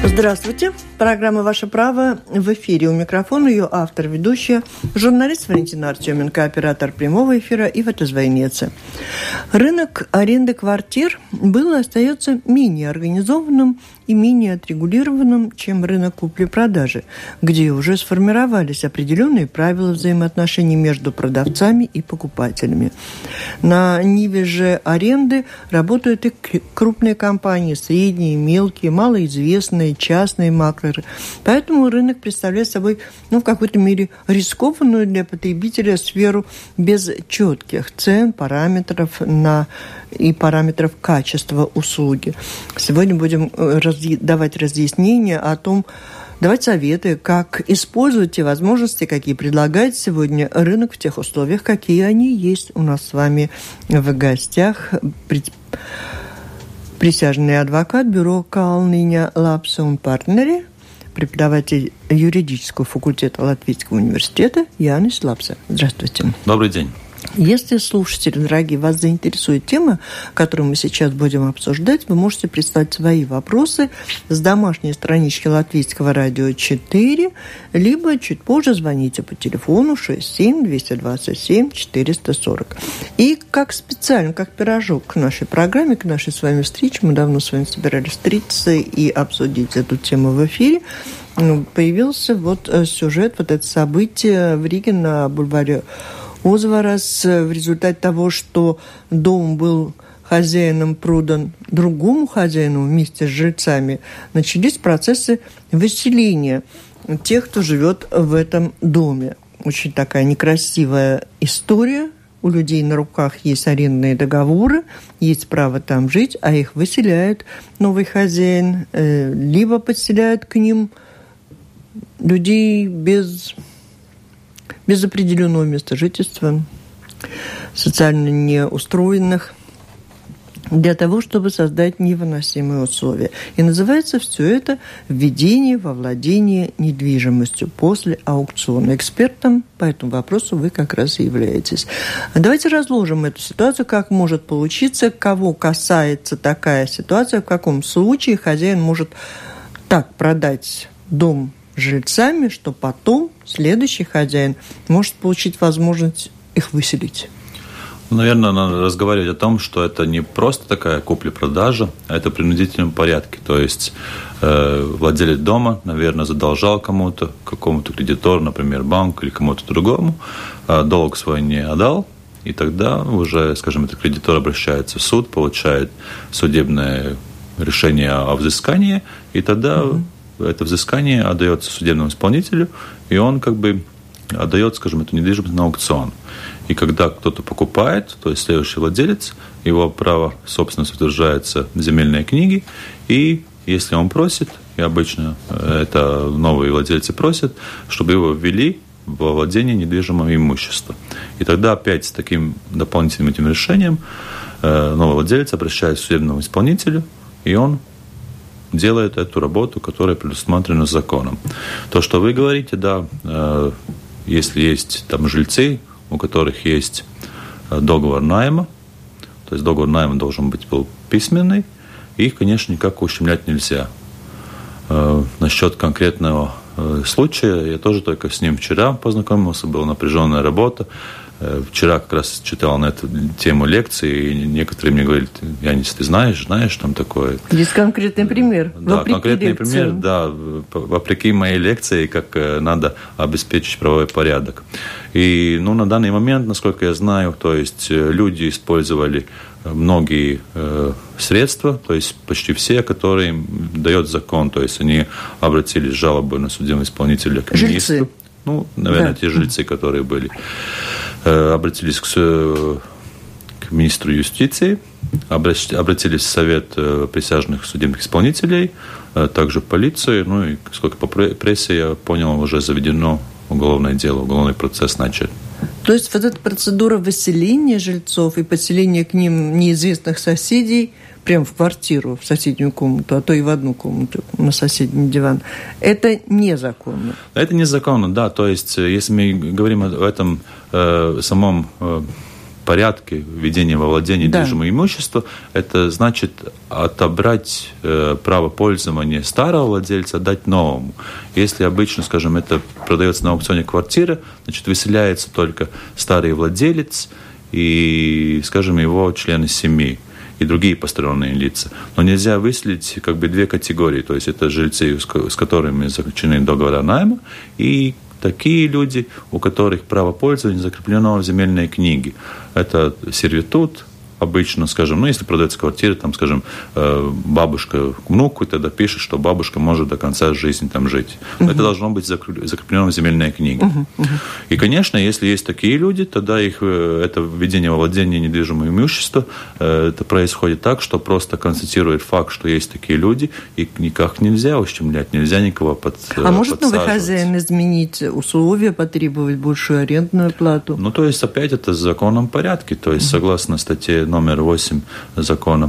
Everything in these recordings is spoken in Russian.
Здравствуйте. Программа «Ваше право» в эфире. У микрофона ее автор, ведущая, журналист Валентина Артеменко, оператор прямого эфира Ивета Звайнеца. Рынок аренды квартир был и остается менее организованным и менее отрегулированным, чем рынок купли-продажи, где уже сформировались определенные правила взаимоотношений между продавцами и покупателями. На ниве же аренды работают и крупные компании, средние, мелкие, малоизвестные, частные маклеры. Поэтому рынок представляет собой, в какой-то мере рискованную для потребителя сферу без четких цен, параметров и параметров качества услуги. Сегодня будем давать разъяснения о том, давать советы, как использовать те возможности, какие предлагает сегодня рынок в тех условиях, какие они есть. У нас с вами в гостях присяжный адвокат бюро Калниņa, Lapse un partneri, преподаватель юридического факультета Латвийского университета Jānis Lapse. Здравствуйте. Добрый день. Если, слушатели, дорогие, вас заинтересует тема, которую мы сейчас будем обсуждать, вы можете прислать свои вопросы с домашней странички Латвийского радио 4, либо чуть позже звоните по телефону 67-227-440. И как специально, как пирожок к нашей программе, к нашей с вами встрече, мы давно с вами собирались встретиться и обсудить эту тему в эфире, появился сюжет, это событие в Риге на бульваре Узварас в результате того, что дом был хозяином продан другому хозяину вместе с жильцами, начались процессы выселения тех, кто живет в этом доме. Очень такая некрасивая история. У людей на руках есть арендные договоры, есть право там жить, а их выселяет новый хозяин, либо подселяют к ним людей без определенного места жительства, социально неустроенных, для того, чтобы создать невыносимые условия. И называется все это «Введение во владение недвижимостью после аукциона». Экспертом по этому вопросу вы как раз и являетесь. Давайте разложим эту ситуацию, как может получиться, кого касается такая ситуация, в каком случае хозяин может так продать дом жильцами, что потом следующий хозяин может получить возможность их выселить. Наверное, надо разговаривать о том, что это не просто такая купля-продажа, а это в принудительном порядке. То есть владелец дома, наверное, задолжал кому-то, какому-то кредитору, например, банку или кому-то другому, долг свой не отдал, и тогда уже, скажем, этот кредитор обращается в суд, получает судебное решение о взыскании, и тогда это взыскание отдается судебному исполнителю, и он отдает, скажем, эту недвижимость на аукцион. И когда кто-то покупает, то есть следующий владелец, его право собственности утверждается в земельной книге, и если он просит, и обычно это новые владельцы просят, чтобы его ввели во владение недвижимого имущества. И тогда опять с таким дополнительным этим решением новый владелец обращается к судебному исполнителю, и он делает эту работу, которая предусмотрена законом. То, что вы говорите, да, если есть там жильцы, у которых есть договор найма, то есть договор найма должен быть был письменный, их, конечно, никак ущемлять нельзя. Насчет конкретного случая, я тоже только с ним вчера познакомился, была напряженная работа. Вчера как раз читал на эту тему лекции, и некоторые мне говорят: Янис, ты знаешь там такое? Есть конкретный пример. Да, конкретный пример, да, вопреки моей лекции, как надо обеспечить правовой порядок. И, на данный момент, насколько я знаю, то есть люди использовали многие средства, то есть почти все, которые им дает закон, то есть они обратились с жалобой на судебного исполнителя к министру. Наверное, те жильцы, которые были, обратились к министру юстиции, обратились в совет присяжных судебных исполнителей, также в полицию, и, сколько по прессе я понял, уже заведено уголовное дело, уголовный процесс начат. То есть эта процедура выселения жильцов и подселения к ним неизвестных соседей прямо в квартиру, в соседнюю комнату, а то и в одну комнату на соседний диван, это незаконно? Это незаконно, да. То есть, если мы говорим об этом самом порядке введения во владение недвижимого имущества, это значит отобрать право пользования старого владельца, отдать новому. Если обычно, скажем, это продается на аукционе квартира, значит, выселяется только старый владелец и, скажем, его члены семьи и другие посторонние лица. Но нельзя выселить как бы две категории, то есть это жильцы, с которыми заключены договоры найма, и такие люди, у которых право пользования закреплено в земельной книге. Это сервитут, обычно, скажем, если продается квартира, там, скажем, бабушка к внуку, тогда пишет, что бабушка может до конца жизни там жить. Но это должно быть закреплено в земельной книге. И, конечно, если есть такие люди, тогда это введение во владение недвижимого имущества, это происходит так, что просто констатирует факт, что есть такие люди, и никак нельзя ущемлять, нельзя никого подсаживать. А может новый хозяин изменить условия, потребовать большую арендную плату? То есть, опять, это в законном порядке, то есть, согласно статье номер 8 закона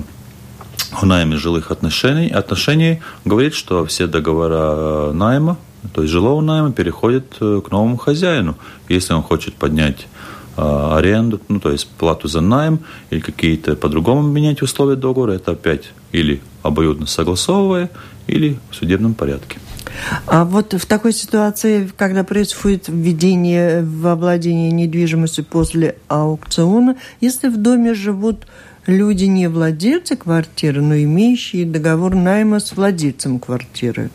о найме жилых отношений говорит, что все договора найма, то есть жилого найма, переходят к новому хозяину. Если он хочет поднять аренду, то есть плату за найм, или какие-то по-другому менять условия договора, это опять или обоюдно согласовывая, или в судебном порядке. А вот в такой ситуации, когда происходит введение во владение недвижимостью после аукциона, если в доме живут люди не владельцы квартиры, но имеющие договор найма с владельцем квартиры?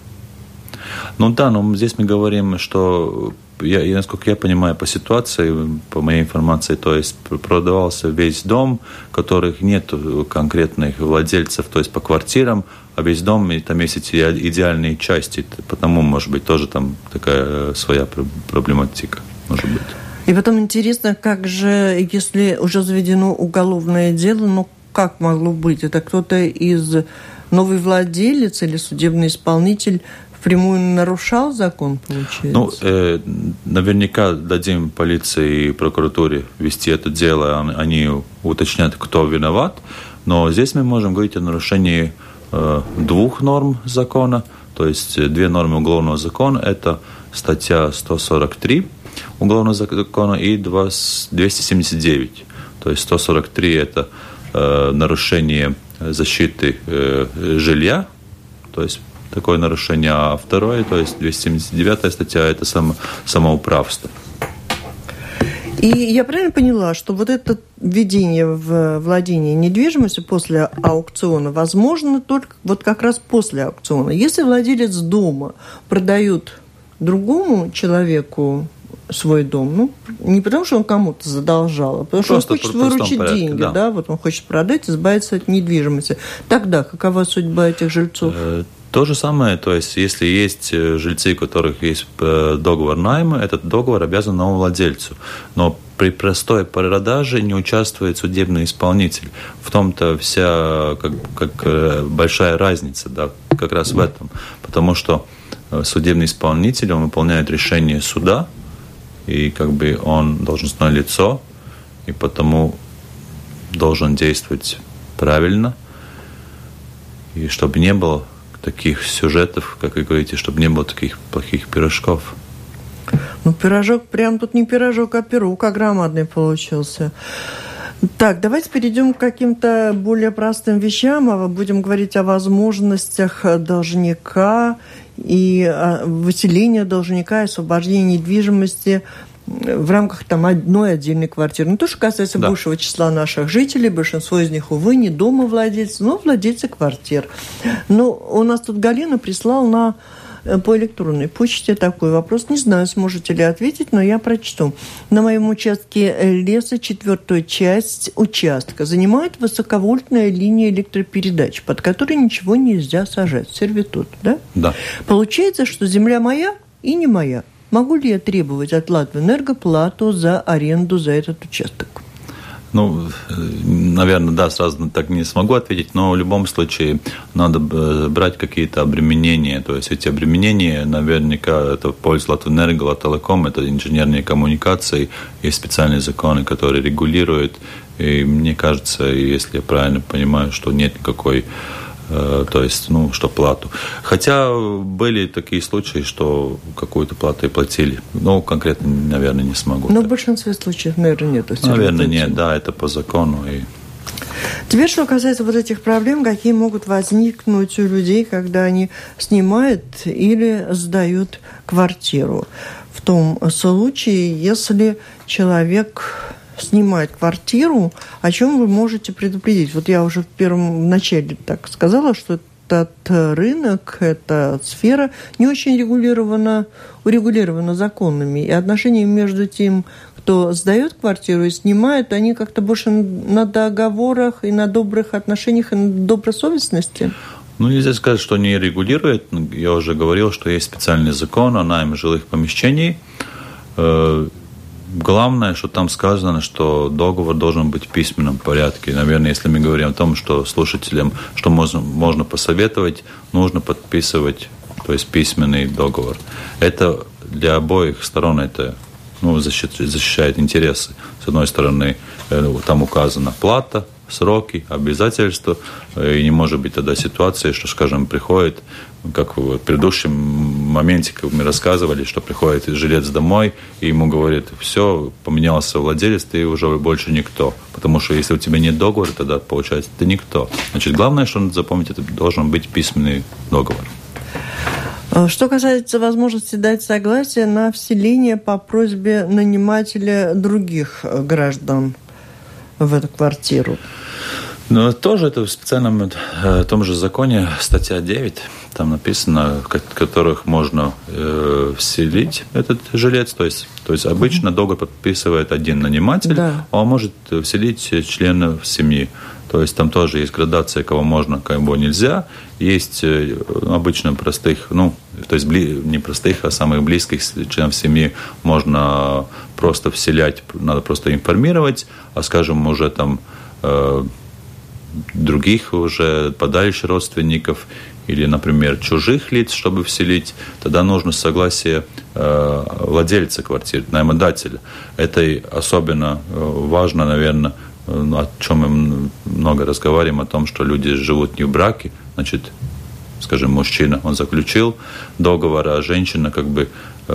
Но здесь мы говорим, что, насколько я понимаю, по ситуации, по моей информации, то есть продавался весь дом, у которых нет конкретных владельцев, то есть по квартирам, а весь дом, и там есть эти идеальные части, потому, может быть, тоже там такая своя проблематика, может быть. И потом интересно, как же, если уже заведено уголовное дело, как могло быть? Это кто-то из новый владелец или судебный исполнитель впрямую нарушал закон, получается? Наверняка дадим полиции и прокуратуре вести это дело, они уточнят, кто виноват, но здесь мы можем говорить о нарушении двух норм закона, то есть две нормы уголовного закона, это статья 143 уголовного закона и 279. То есть 143 это нарушение защиты жилья, то есть такое нарушение, а второе, то есть 279 статья, это самоуправство. И я правильно поняла, что вот это введение в владение недвижимостью после аукциона возможно только вот как раз после аукциона. Если владелец дома продает другому человеку свой дом, не потому что он кому-то задолжал, а потому что он хочет выручить деньги, да, вот он хочет продать, избавиться от недвижимости. Тогда какова судьба этих жильцов? То же самое, то есть, если есть жильцы, у которых есть договор найма, этот договор обязан новому владельцу. Но при простой продаже не участвует судебный исполнитель. В том-то вся как большая разница, да, как раз в этом. Потому что судебный исполнитель, он выполняет решение суда, и он должностное лицо, и потому должен действовать правильно, и чтобы не было таких сюжетов, как вы говорите, чтобы не было таких плохих пирожков. Пирожок прям тут не пирожок, а пирог громадный получился. Так, давайте перейдем к каким-то более простым вещам. Будем говорить о возможностях должника и выселения должника, и освобождения недвижимости в рамках одной отдельной квартиры. То, что касается большего числа наших жителей, большинство из них, увы, не домовладельцы, но владельцы квартир. У нас тут Галина прислала по электронной почте такой вопрос. Не знаю, сможете ли ответить, но я прочту. На моем участке леса 4-ю часть участка занимает высоковольтная линия электропередач, под которой ничего нельзя сажать. Сервитут, да? Да. Получается, что земля моя и не моя. Могу ли я требовать от Латвэнерго плату за аренду за этот участок? Наверное, да, сразу так не смогу ответить, но в любом случае надо брать какие-то обременения. То есть эти обременения, наверняка, это в пользу Латвэнерго, Лателеком, это инженерные коммуникации, есть специальные законы, которые регулируют. И мне кажется, если я правильно понимаю, что нет никакой то есть, что плату. Хотя были такие случаи, что какую-то плату и платили. Конкретно, наверное, не смогу. Но в большинстве случаев, наверное, нет. Наверное, нет, да, это по закону. Теперь, что касается вот этих проблем, какие могут возникнуть у людей, когда они снимают или сдают квартиру. В том случае, если человек снимает квартиру, о чем вы можете предупредить? Вот я уже в начале так сказала, что этот рынок, эта сфера не очень урегулирована законами. И отношения между тем, кто сдает квартиру и снимает, они как-то больше на договорах и на добрых отношениях, и на добросовестности. Нельзя сказать, что не регулирует. Я уже говорил, что есть специальный закон о найме жилых помещений. Главное, что там сказано, что договор должен быть в письменном порядке. Наверное, если мы говорим о том, что слушателям, что можно посоветовать, нужно подписывать, то есть письменный договор. Это для обоих сторон это защищает интересы. С одной стороны, там указана плата, сроки, обязательства, и не может быть тогда ситуации, что, скажем, приходит, как в предыдущем моменте, как мы рассказывали, что приходит жилец домой, и ему говорит: все, поменялся владелец, ты уже больше никто. Потому что если у тебя нет договора, тогда, получается, ты никто. Значит, главное, что надо запомнить, это должен быть письменный договор. Что касается возможности дать согласие на вселение по просьбе нанимателя других граждан в эту квартиру. Но тоже это в специальном том же законе, статья 9, там написано, которых можно вселить этот жилец. То есть обычно договор подписывает один наниматель, да. А он может вселить членов семьи. То есть там тоже есть градация, кого можно, кого нельзя. Есть обычно простых, то есть не простых, а самых близких членов семьи можно просто вселять, надо просто информировать, а, скажем, уже там других уже подальше родственников или, например, чужих лиц, чтобы вселить, тогда нужно согласие владельца квартиры, наймодателя. Это особенно важно, наверное, о чем мы много разговариваем, о том, что люди живут не в браке, значит, скажем, мужчина, он заключил договор, а женщина как бы...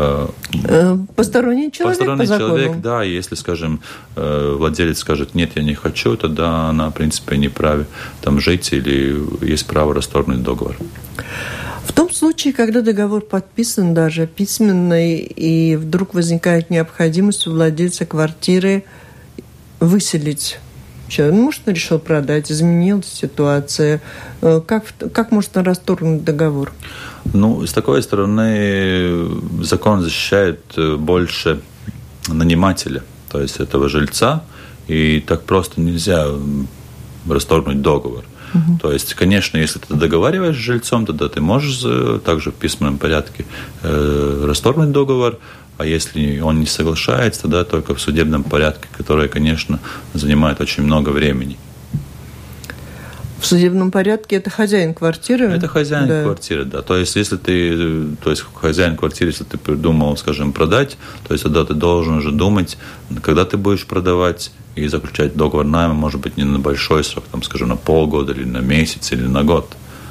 Посторонний человек по закону. Человек, да, и если, скажем, владелец скажет: нет, я не хочу, тогда она, в принципе, не вправе там жить или есть право расторгнуть договор. В том случае, когда договор подписан даже письменный, и вдруг возникает необходимость у владельца квартиры выселить человека, может, он решил продать, изменилась ситуация, как можно расторгнуть договор? С такой стороны закон защищает больше нанимателя, то есть этого жильца, и так просто нельзя расторгнуть договор. Угу. То есть, конечно, если ты договариваешься с жильцом, тогда ты можешь также в письменном порядке расторгнуть договор, а если он не соглашается, тогда только в судебном порядке, который, конечно, занимает очень много времени. В судебном порядке это хозяин квартиры? Это хозяин квартиры, да. То есть, если хозяин квартиры, если ты придумал, скажем, продать, то есть тогда ты должен уже думать, когда ты будешь продавать, и заключать договор найма, может быть, не на большой срок, там, скажем, на полгода, или на месяц, или на год.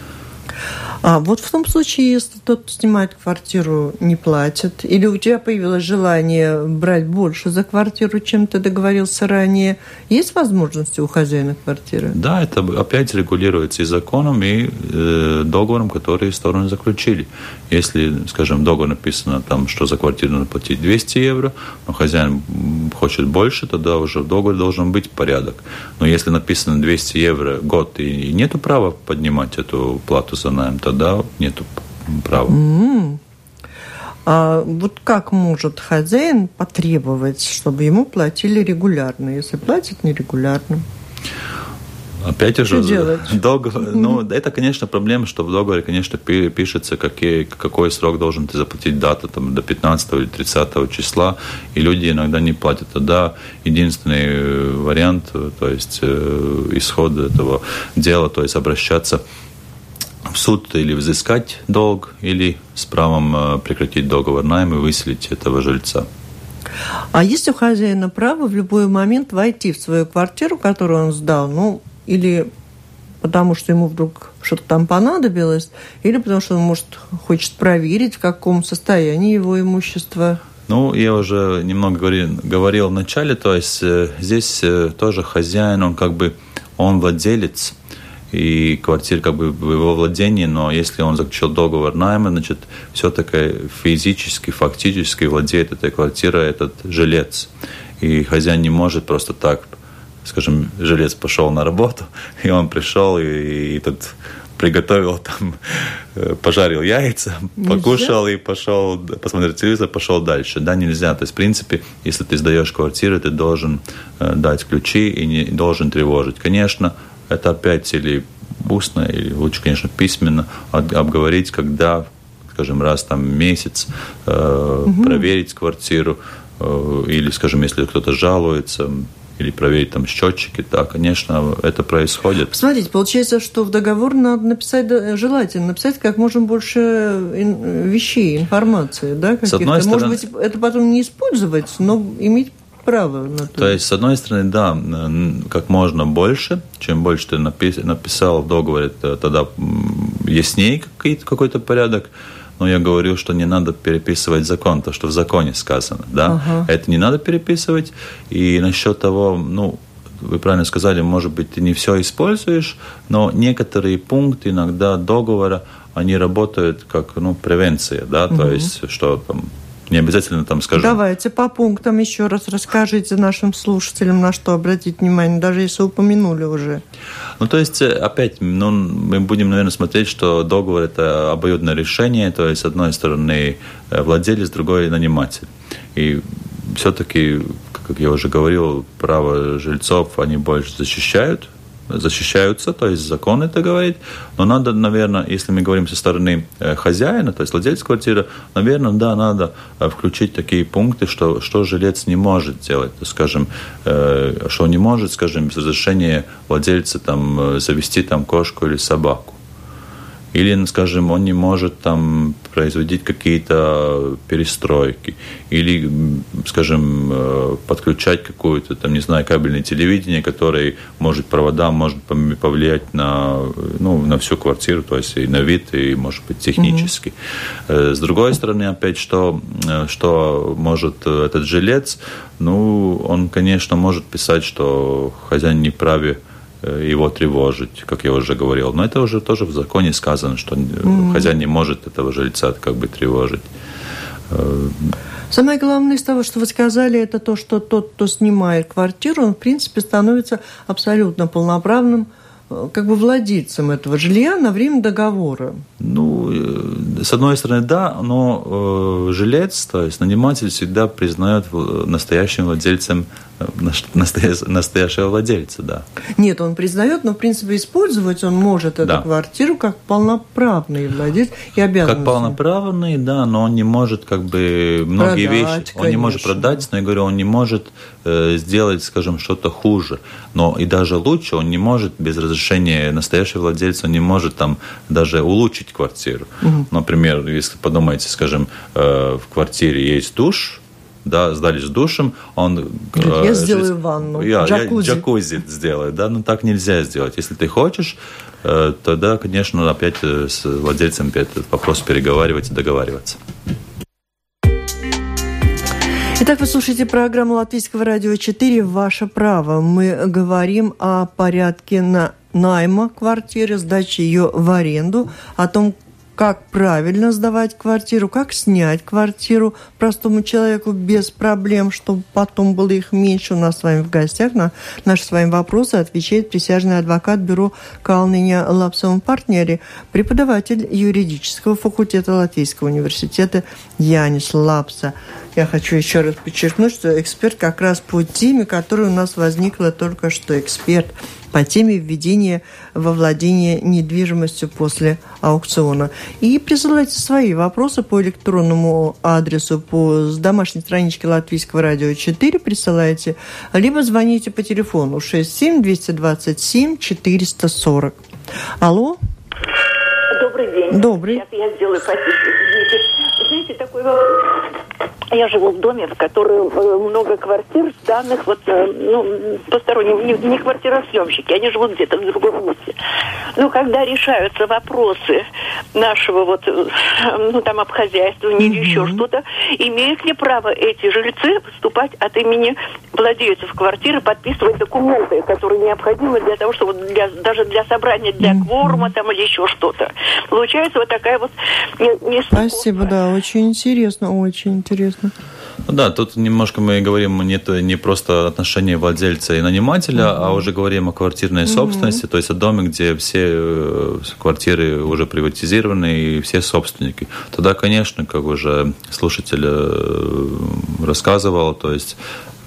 А вот в том случае, если тот, кто снимает квартиру, не платит, или у тебя появилось желание брать больше за квартиру, чем ты договорился ранее, есть возможности у хозяина квартиры? Да, это опять регулируется и законом, и договором, который стороны заключили. Если, скажем, в договоре написано, там, что за квартиру надо платить 200 евро, но хозяин хочет больше, тогда уже в договоре должен быть порядок. Но если написано 200 евро год и нету права поднимать эту плату за найм, тогда нету права. А вот как может хозяин потребовать, чтобы ему платили регулярно, если платят нерегулярно? Опять уже договор. Это, конечно, проблема, что в договоре, конечно, пишется, какой срок должен ты заплатить, дата там, до 15 или 30 числа, и люди иногда не платят. Тогда единственный вариант, то есть исход этого дела, то есть обращаться в суд или взыскать долг, или с правом прекратить договор найма и выселить этого жильца. А есть у хозяина право в любой момент войти в свою квартиру, которую он сдал, или потому что ему вдруг что-то там понадобилось, или потому что он, может, хочет проверить, в каком состоянии его имущество? Ну, я уже немного говорил в начале, то есть здесь тоже хозяин, он владелец, и квартира как бы в его владении, но если он заключил договор найма, значит, все-таки физически, фактически владеет этой квартирой этот жилец. И хозяин не может просто так, скажем, жилец пошел на работу, и он пришел и тут приготовил там, пожарил яйца, покушал и пошел, посмотрел телевизор, пошел дальше. Да, нельзя. То есть, в принципе, если ты сдаешь квартиру, ты должен дать ключи и не должен тревожить. Конечно, это опять или устно, или лучше, конечно, письменно обговорить, когда, скажем, раз там в месяц проверить квартиру, или, скажем, если кто-то жалуется, или проверить там счетчики, да, конечно, это происходит. Смотрите, получается, что в договор надо написать, желательно написать как можно больше вещей, информации, да, каких-то. С одной стороны, может быть, это потом не использовать, но иметь право на то. То есть, с одной стороны, да, как можно больше. Чем больше ты написал в договоре, тогда яснее какой-то порядок. Но я говорю, что не надо переписывать закон, то, что в законе сказано. Да? Ага. Это не надо переписывать. И насчет того, вы правильно сказали, может быть, ты не все используешь, но некоторые пункты иногда договора, они работают как превенция. Да? То есть, что там... Не обязательно там скажем. Давайте по пунктам еще раз расскажите нашим слушателям, на что обратить внимание, даже если упомянули уже. То есть, опять, мы будем, наверное, смотреть, что договор – это обоюдное решение, то есть, с одной стороны, владелец, с другой – наниматель. И все-таки, как я уже говорил, права жильцов, они больше защищаются, то есть закон это говорит, но надо, наверное, если мы говорим со стороны хозяина, то есть владельца квартиры, наверное, да, надо включить такие пункты, что жилец не может делать, скажем, что он не может, скажем, без разрешения владельца там завести там кошку или собаку. Или, скажем, он не может там производить какие-то перестройки. Или, скажем, подключать какое-то, там, не знаю, кабельное телевидение, которое может повлиять на всю квартиру, то есть и на вид, и, может быть, технически. С другой стороны, опять, что может этот жилец, он, конечно, может писать, что хозяин не вправе его тревожить, как я уже говорил. Но это уже тоже в законе сказано, что хозяин не может этого жильца как бы тревожить. Самое главное из того, что вы сказали, это то, что тот, кто снимает квартиру, он, в принципе, становится абсолютно полноправным как бы владельцем этого жилья на время договора. С одной стороны, да, но жилец, то есть наниматель всегда признает настоящим владельцем настоящего владельца, да. Нет, он признает, но, в принципе, использовать он может эту квартиру как полноправный владелец и обязан. Как полноправный, да, но он не может как бы многие вещи, конечно. Он не может продать, но я говорю, он не может сделать, скажем, что-то хуже. Но и даже лучше он не может без разрешения настоящего владельца, он не может там даже улучшить квартиру. Например, если подумаете, скажем, в квартире есть душ, да, сдали с душем, он... Я сделаю ванну, джакузи. Я джакузи сделаю, да, но так нельзя сделать. Если ты хочешь, тогда, конечно, опять с владельцем этот вопрос переговаривать и договариваться. Итак, вы слушаете программу Латвийского радио 4 «Ваше право». Мы говорим о порядке найма квартиры, сдачи ее в аренду, о том, как правильно сдавать квартиру, как снять квартиру простому человеку без проблем, чтобы потом было их меньше. У нас с вами в гостях на наши с вами вопросы отвечает присяжный адвокат бюро Калниņa Lapsa un партнери, преподаватель юридического факультета Латвийского университета Jānis Lapsa. Я хочу еще раз подчеркнуть, что эксперт как раз по теме, которая у нас возникла только что, эксперт по теме введения во владение недвижимостью после аукциона. И присылайте свои вопросы по электронному адресу, с домашней странички Латвийского радио 4 присылайте, либо звоните по телефону 67-227-440. Алло? Добрый день. Добрый. Сейчас я сделаю потише. Извините. Вы знаете, такой вопрос. Я живу в доме, в котором много квартир, сданных посторонним, не квартиросъемщики, они живут где-то в другом месте. Но когда решаются вопросы нашего обхозяйствования или еще что-то, имеют ли право эти жильцы выступать от имени владельцев квартиры, подписывать документы, которые необходимы для того, чтобы даже для собрания, для кворума там или еще что-то. Получается вот такая вот нестыковка. Спасибо, да, очень интересно, очень интересно. Да, тут немножко мы говорим не просто отношения владельца и нанимателя, а уже говорим о квартирной собственности, то есть о доме, где все квартиры уже приватизированы и все собственники. Тогда, конечно, как уже слушатель рассказывал, то есть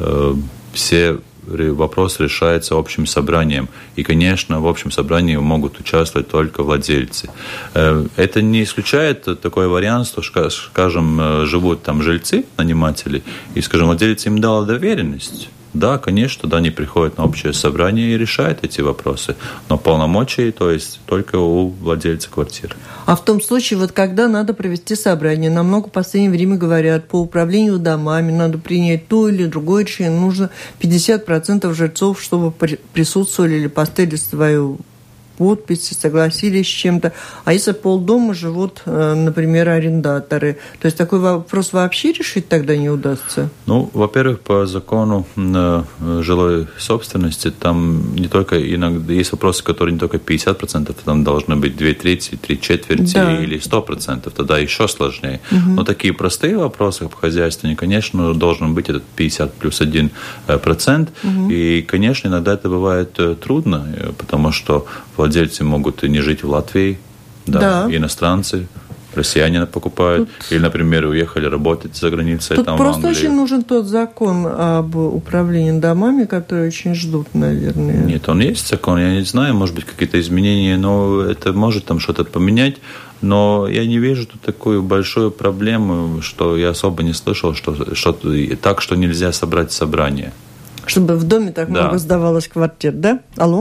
все вопрос решается общим собранием. И, конечно, в общем собрании могут участвовать только владельцы. Это не исключает такой вариант, что, скажем, живут там жильцы, наниматели, и, скажем, владелец им дал доверенность. Да, конечно, тогда они приходят на общее собрание и решают эти вопросы. Но полномочия, то есть, только у владельца квартиры. А в том случае, вот когда надо провести собрание, нам много в последнее время говорят, по управлению домами надо принять то или другое решение, нужно 50% жильцов, чтобы присутствовали или поставили свою подписи, согласились с чем-то. А если полдома живут, например, арендаторы, то есть такой вопрос вообще решить тогда не удастся? Ну, во-первых, по закону жилой собственности там не только иногда есть вопросы, которые не только 50%, там должны быть 2/3, 3/4 да. Или 100%, тогда еще сложнее. Но такие простые вопросы по хозяйству, конечно, должен быть этот 50 плюс 1%. И, конечно, иногда это бывает трудно, потому что владельцы могут и не жить в Латвии, да. Иностранцы, россияне покупают, или, например, уехали работать за границей. Тут там, просто в Англии. Очень нужен тот закон об управлении домами, который очень ждут, наверное. Нет, он есть закон, я не знаю, может быть, какие-то изменения, но это может там что-то поменять. Но я не вижу тут такую большую проблему, что я особо не слышал, что так, что нельзя собрать собрание. Чтобы в доме так много сдавалось квартир, да? Алло?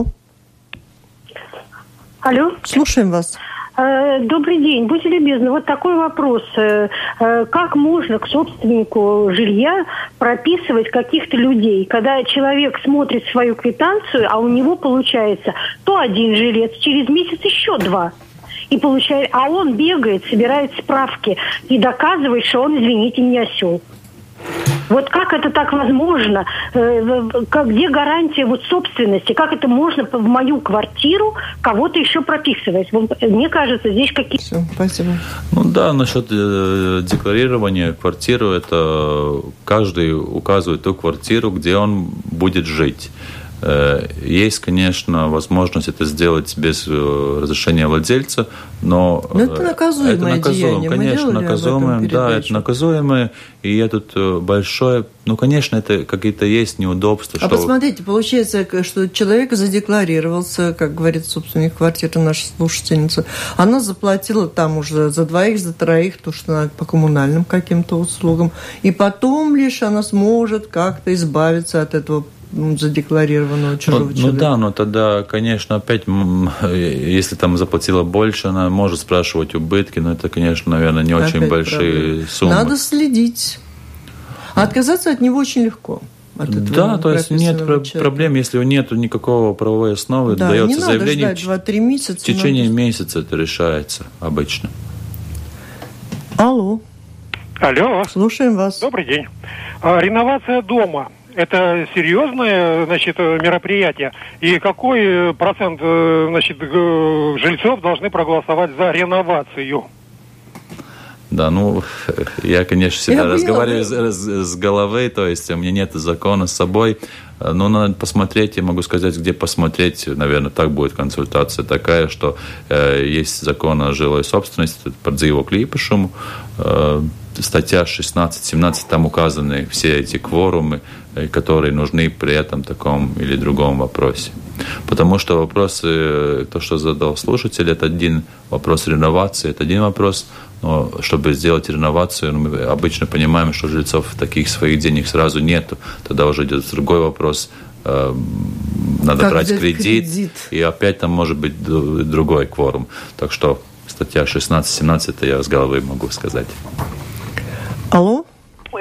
Алло. Слушаем вас. Добрый день. Будьте любезны, вот такой вопрос. Как можно к собственнику жилья прописывать каких-то людей, когда человек смотрит свою квитанцию, а у него получается то один жилец, через месяц еще 2. И получает, а он бегает, собирает справки и доказывает, что он, извините, не осел. Вот как это так возможно? Где гарантия вот собственности? Как это можно в мою квартиру кого-то еще прописывать? Мне кажется, здесь какие-то... Все, спасибо. Ну да, насчет декларирования квартиры, это каждый указывает ту квартиру, где он будет жить. Есть, конечно, возможность это сделать без разрешения владельца, но это наказуемое деяние. Конечно, наказуемое, да, это наказуемое, и это большое, конечно, это какие-то есть неудобства. А посмотрите, получается, что человек задекларировался, как говорит собственник квартиры, наша слушательница, она заплатила там уже за 2, за 3, то, что надо по коммунальным каким-то услугам, и потом лишь она сможет как-то избавиться от этого задекларированного чужого человека. Ну да, но тогда, конечно, опять, если там заплатила больше, она может спрашивать убытки, но это, конечно, наверное, не опять очень большие суммы. Надо следить. А отказаться от него очень легко. Да, то есть нет проблем, если нет никакого правовой основы, дается заявление. Не надо ждать 2-3 месяца. В течение месяца это решается обычно. Алло. Алло. Слушаем вас. Добрый день. Реновация дома. Это серьезное, мероприятие. И какой процент, жильцов должны проголосовать за реновацию? Да, я, конечно, всегда разговариваю с головы, то есть у меня нет закона с собой, но надо посмотреть, я могу сказать, где посмотреть, наверное, так будет консультация такая, что есть закон о жилой собственности, par dzīvokļu īpašumu, статья 16-17, там указаны все эти кворумы, которые нужны при этом таком или другом вопросе. Потому что вопросы, то, что задал слушатель, это один вопрос реновации, это один вопрос, но чтобы сделать реновацию, мы обычно понимаем, что жильцов таких своих денег сразу нету, тогда уже идет другой вопрос, надо как брать кредит, и опять там может быть другой кворум. Так что статья 16-17, это я с головы могу сказать. Алло?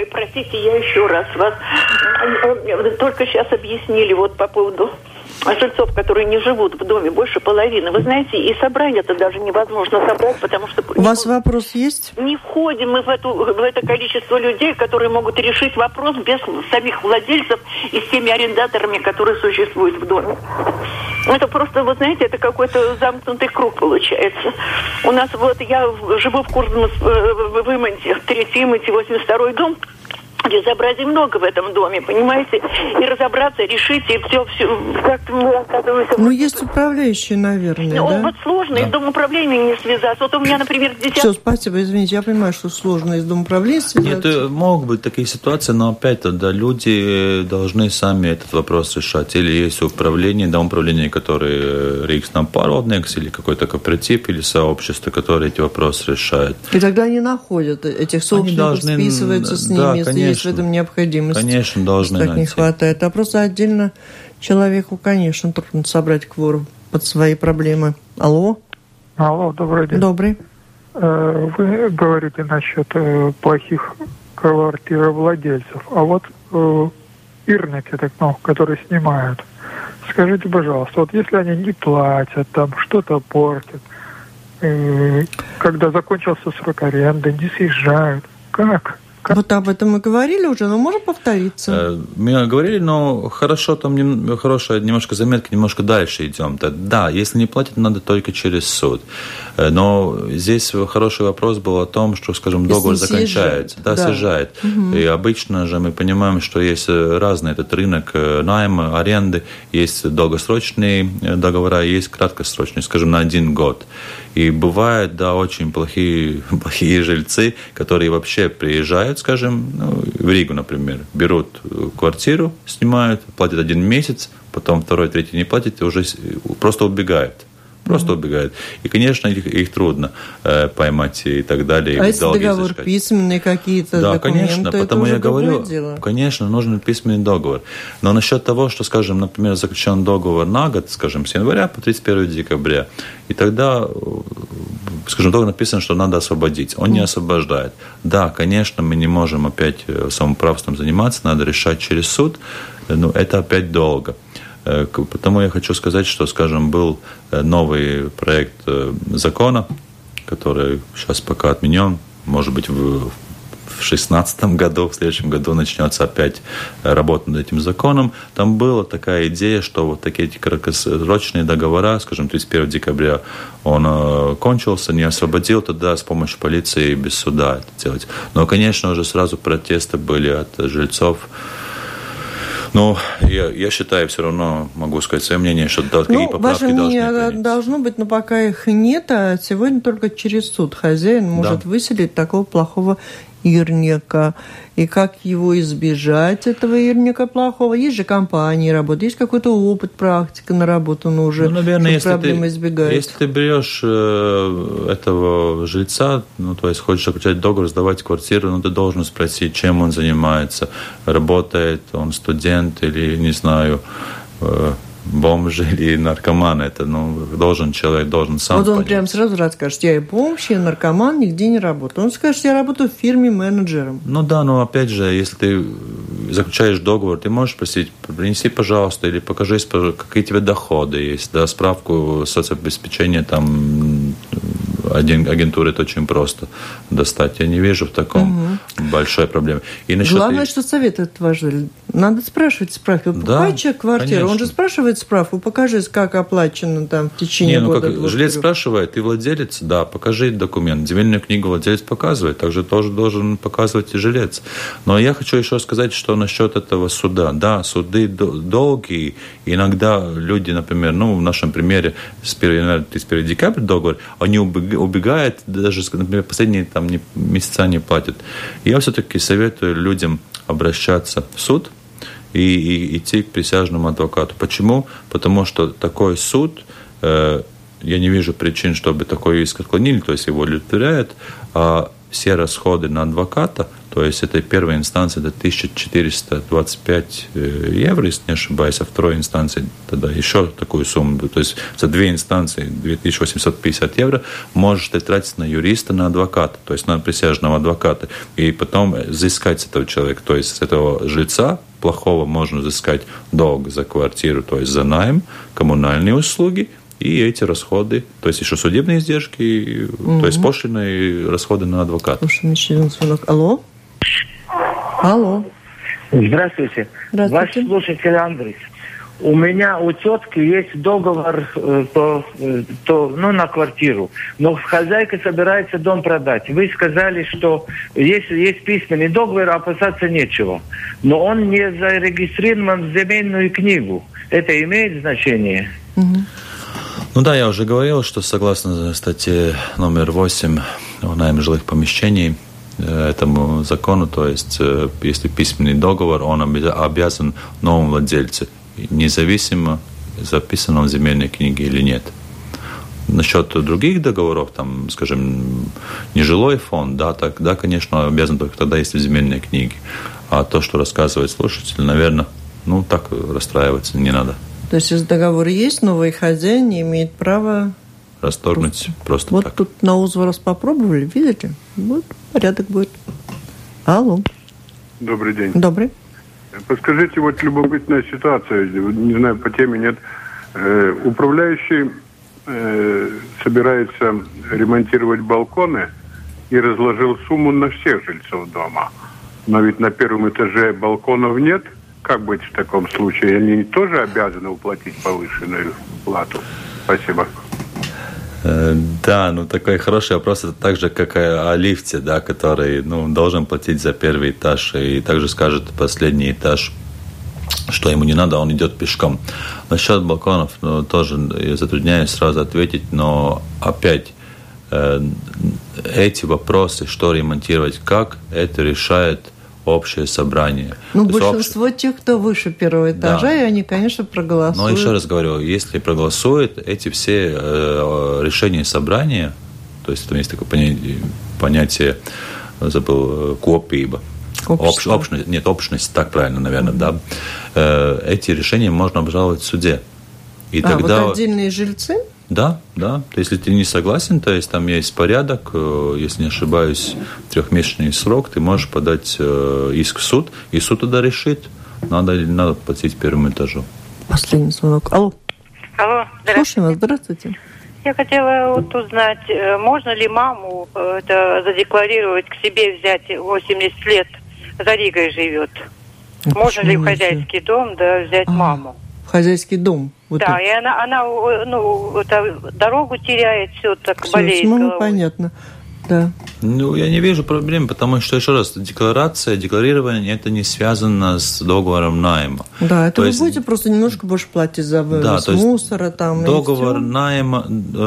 простите, я еще раз вас только сейчас объяснили вот по поводу жильцов, которые не живут в доме, больше половины. Вы знаете, и собрание-то даже невозможно собрать, потому что... У вас вопрос есть? Не входим мы в это количество людей, которые могут решить вопрос без самих владельцев и с теми арендаторами, которые существуют в доме. Это просто, вы знаете, это какой-то замкнутый круг получается. У нас вот, я живу в Курске, в Иманте, 3-й Иманте, 82-й дом. Безобразий много в этом доме, понимаете? И разобраться, решить, и все, как-то мы оказываемся... Ну, есть управляющие, наверное, да? Вот сложно, из домоуправления не связаться. Вот у меня, например, Все, спасибо, извините, я понимаю, что сложно из домоуправления связаться. Нет, могут быть такие ситуации, но опять тогда люди должны сами этот вопрос решать. Или есть управление, домоуправление, которое Рейхснампародникс, или какой-то кооператив, или сообщество, которое эти вопросы решает. И тогда они находят этих собственников, списываются с ними, да, если конечно, есть в этом необходимость. Конечно, должны так найти. не хватает. А просто отдельно человеку, конечно, трудно собрать кворум под свои проблемы. Алло? Алло, добрый день. Добрый. Вы говорите насчет плохих квартировладельцев. А вот ирники, которые снимают, скажите, пожалуйста, вот если они не платят, там что-то портят, когда закончился срок аренды, не съезжают, как? Вот об этом мы говорили уже, но можем повториться. Мы говорили, но хорошо, там хорошая немножко заметка, немножко дальше идем. Да, если не платят, надо только через суд. Но здесь хороший вопрос был о том, что, скажем, договор заканчивается. Да, съезжает. Угу. И обычно же мы понимаем, что есть разный этот рынок найма, аренды. Есть долгосрочные договора, есть краткосрочные, скажем, на 1 год. И бывают, да, очень плохие жильцы, которые вообще приезжают, скажем, в Ригу, например, берут квартиру, снимают, платят 1 месяц, потом 2-й, 3-й не платят и уже просто убегают. Убегают. И, конечно, их трудно поймать и так далее. А если договор изыскать. Письменный, какие-то да, документы, конечно, это потому уже я говорю, дело. Конечно, нужен письменный договор. Но насчет того, что, скажем, например, заключен договор на год, скажем, с января по 31 декабря, и тогда, скажем, договор написано, что надо освободить. Он не освобождает. Да, конечно, мы не можем опять самоуправством заниматься, надо решать через суд, но это опять долго. Потому я хочу сказать, что, скажем, был новый проект закона, который сейчас пока отменен, может быть, в 2016 году, в следующем году начнется опять работа над этим законом. Там была такая идея, что вот такие краткосрочные договора, скажем, 31 декабря он кончился, не освободил, тогда с помощью полиции без суда это делать. Но, конечно, уже сразу протесты были от жильцов. Но я считаю, все равно могу сказать свое мнение, что такие поправки должны быть. Ваше мнение должно быть, но пока их нет, а сегодня только через суд хозяин может выселить такого плохого ирника. И как его избежать, этого ирника плохого? Есть же компании работают, есть какой-то опыт, практика наработана уже, наверное, что проблема избегается. Если ты берешь этого жильца, то есть хочешь заключать договор, сдавать квартиру, ты должен спросить, чем он занимается, работает он студент или, не знаю, бомж или наркоман, это, человек должен сам понять. Вот он прям сразу расскажет, я и бомж, я наркоман, нигде не работаю. Он скажет, я работаю в фирме менеджером. Но опять же, если ты заключаешь договор, ты можешь просить, принеси, пожалуйста, или покажи, какие у тебя доходы есть, да, справку соцобеспечения, там, агентуры, это очень просто достать. Я не вижу в таком большой проблемы. Главное, что советует ваш жильец. Надо спрашивать справку. Покупает человек квартиру, конечно. Он же спрашивает справку, покажи, как оплачено там в течение года. Жилец спрашивает, ты владелец? Да, покажи документ. Земельную книгу владелец показывает, также тоже должен показывать и жилец. Но я хочу еще сказать, что насчет этого суда. Да, суды долгие. Иногда люди, например, в нашем примере с 1 января 31 декабря договор, они убегают, даже, например, последние месяца не платят. Я все-таки советую людям обращаться в суд и идти к присяжному адвокату. Почему? Потому что такой суд, я не вижу причин, чтобы такой иск отклонили, то есть его удовлетворяют, а все расходы на адвоката, то есть этой первой инстанции это 1425 евро, если не ошибаюсь, а второй инстанции тогда еще такую сумму. То есть за две инстанции 2850 евро можете тратить на юриста, на адвоката, то есть на присяжного адвоката, и потом взыскать с этого человека, то есть с этого жильца плохого можно взыскать долг за квартиру, то есть за найм, коммунальные услуги, и эти расходы, то есть еще судебные издержки, то есть пошлины и расходы на адвоката. Слушай, еще один звонок. Алло? Алло. Здравствуйте. Ваш слушатель Андрей. У меня у тетки есть договор на квартиру, но хозяйка собирается дом продать. Вы сказали, что если есть письменный договор, опасаться нечего. Но он не зарегистрирован в земельную книгу. Это имеет значение? Ну да, я уже говорил, что согласно статье номер 8 о найме жилых помещений этому закону, то есть если письменный договор, он обязан новому владельцу, независимо, записано в земельной книге или нет. Насчет других договоров, там, скажем, нежилой фонд, да, тогда, конечно, обязан только тогда, если в земельной книге. А то, что рассказывает слушатель, наверное, так расстраиваться не надо. То есть, если договор есть, новый хозяин не имеет права расторгнуть просто вот так. Вот тут на узвороз попробовали, видите? Вот порядок будет. Алло. Добрый день. Добрый. Подскажите, вот любопытная ситуация, не знаю, по теме нет. Управляющий собирается ремонтировать балконы и разложил сумму на всех жильцов дома. Но ведь на первом этаже балконов нет. Как быть в таком случае? Они тоже обязаны уплатить повышенную плату? Спасибо. Да, такой хороший вопрос. Это так же, как о лифте, да, который должен платить за первый этаж, и также скажет последний этаж, что ему не надо, он идет пешком. Насчет балконов тоже я затрудняюсь сразу ответить, но опять эти вопросы, что ремонтировать, как, это решает общее собрание. Большинство тех, кто выше первого этажа, да. И они, конечно, проголосуют. Но еще раз говорю, если проголосуют, эти все решения собрания, то есть там есть такое понятие, забыл, копиба. Общность, так правильно, наверное, да. Эти решения можно обжаловать в суде. И тогда... вот отдельные жильцы? Да. То есть, если ты не согласен, то есть там есть порядок, если не ошибаюсь, 3-месячный срок, ты можешь подать иск в суд, и суд тогда решит, надо или не надо платить первому этажу. Последний звонок. Алло. Алло, слушаем вас, здравствуйте. Я хотела узнать, можно ли маму задекларировать, к себе взять 80 лет, за Ригой живет. Можно ли в хозяйский дом взять маму? В хозяйский дом? Вот да, и она дорогу теряет, все так болеет головой. Понятно, да. Я не вижу проблем, потому что, еще раз, декларирование, это не связано с договором найма. Да, это вы будете просто немножко больше платить за вывоз мусора там. Договор найма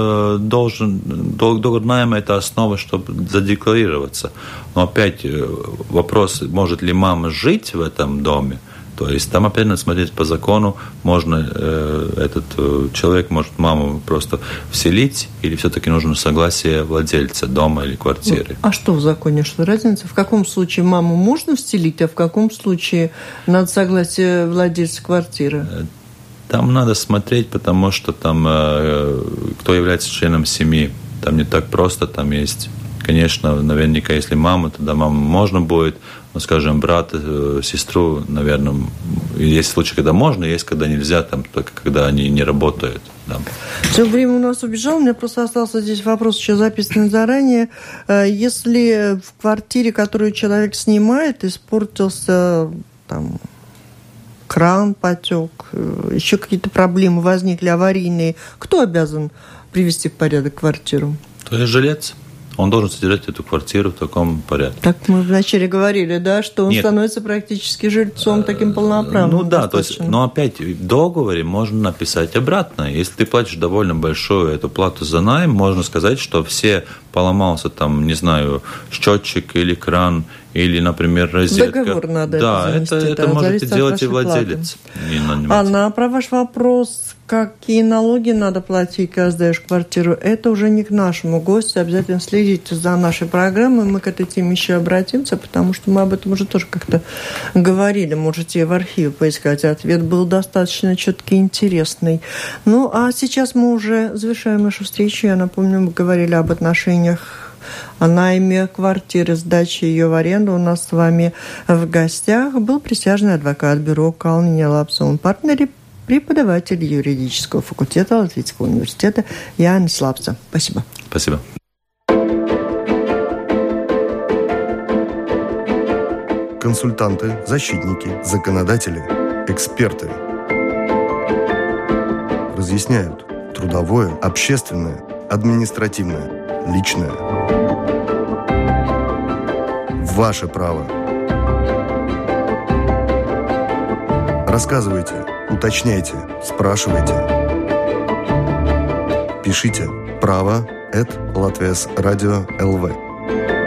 договор найма – это основа, чтобы задекларироваться. Но опять вопрос, может ли мама жить в этом доме? То есть там опять надо смотреть по закону, можно этот человек может маму просто вселить, или все-таки нужно согласие владельца дома или квартиры. А что в законе, что разница? В каком случае маму можно вселить, а в каком случае надо согласие владельца квартиры? Там надо смотреть, потому что там кто является членом семьи, там не так просто, там есть... Конечно, наверняка, если мама, тогда маму можно будет, но, скажем, брат, сестру, наверное, есть случаи, когда можно, есть, когда нельзя, там, только когда они не работают. Да. Все время у нас убежало, у меня просто остался здесь вопрос еще записанный заранее. Если в квартире, которую человек снимает, испортился там, кран потек, еще какие-то проблемы возникли аварийные, кто обязан привести в порядок квартиру? То есть жилец. Он должен содержать эту квартиру в таком порядке. Так мы вначале говорили, да, что он становится практически жильцом таким полноправным. То есть, но опять в договоре можно написать обратно. Если ты платишь довольно большую эту плату за найм, можно сказать, что все поломался там, не знаю, счетчик или кран, или, например, розетка. Договор надо занести, это может делать и владелец. Анна, а про ваш вопрос, какие налоги надо платить, когда сдаешь квартиру, это уже не к нашему гостю. Обязательно следите за нашей программой. Мы к этой теме еще обратимся, потому что мы об этом уже тоже как-то говорили. Можете в архиве поискать. Ответ был достаточно четкий и интересный. Ну, а сейчас мы уже завершаем нашу встречу. Я напомню, мы говорили об отношениях о найме квартиры, сдаче ее в аренду. У нас с вами в гостях был присяжный адвокат бюро Калниņa Lapsa un партнери, преподаватель юридического факультета Латвийского университета Jānis Lapsa. Спасибо. Спасибо. Консультанты, защитники, законодатели, эксперты разъясняют трудовое, общественное, административное, личное. Ваше право. Рассказывайте, уточняйте, спрашивайте. Пишите право@latviasradio.lv.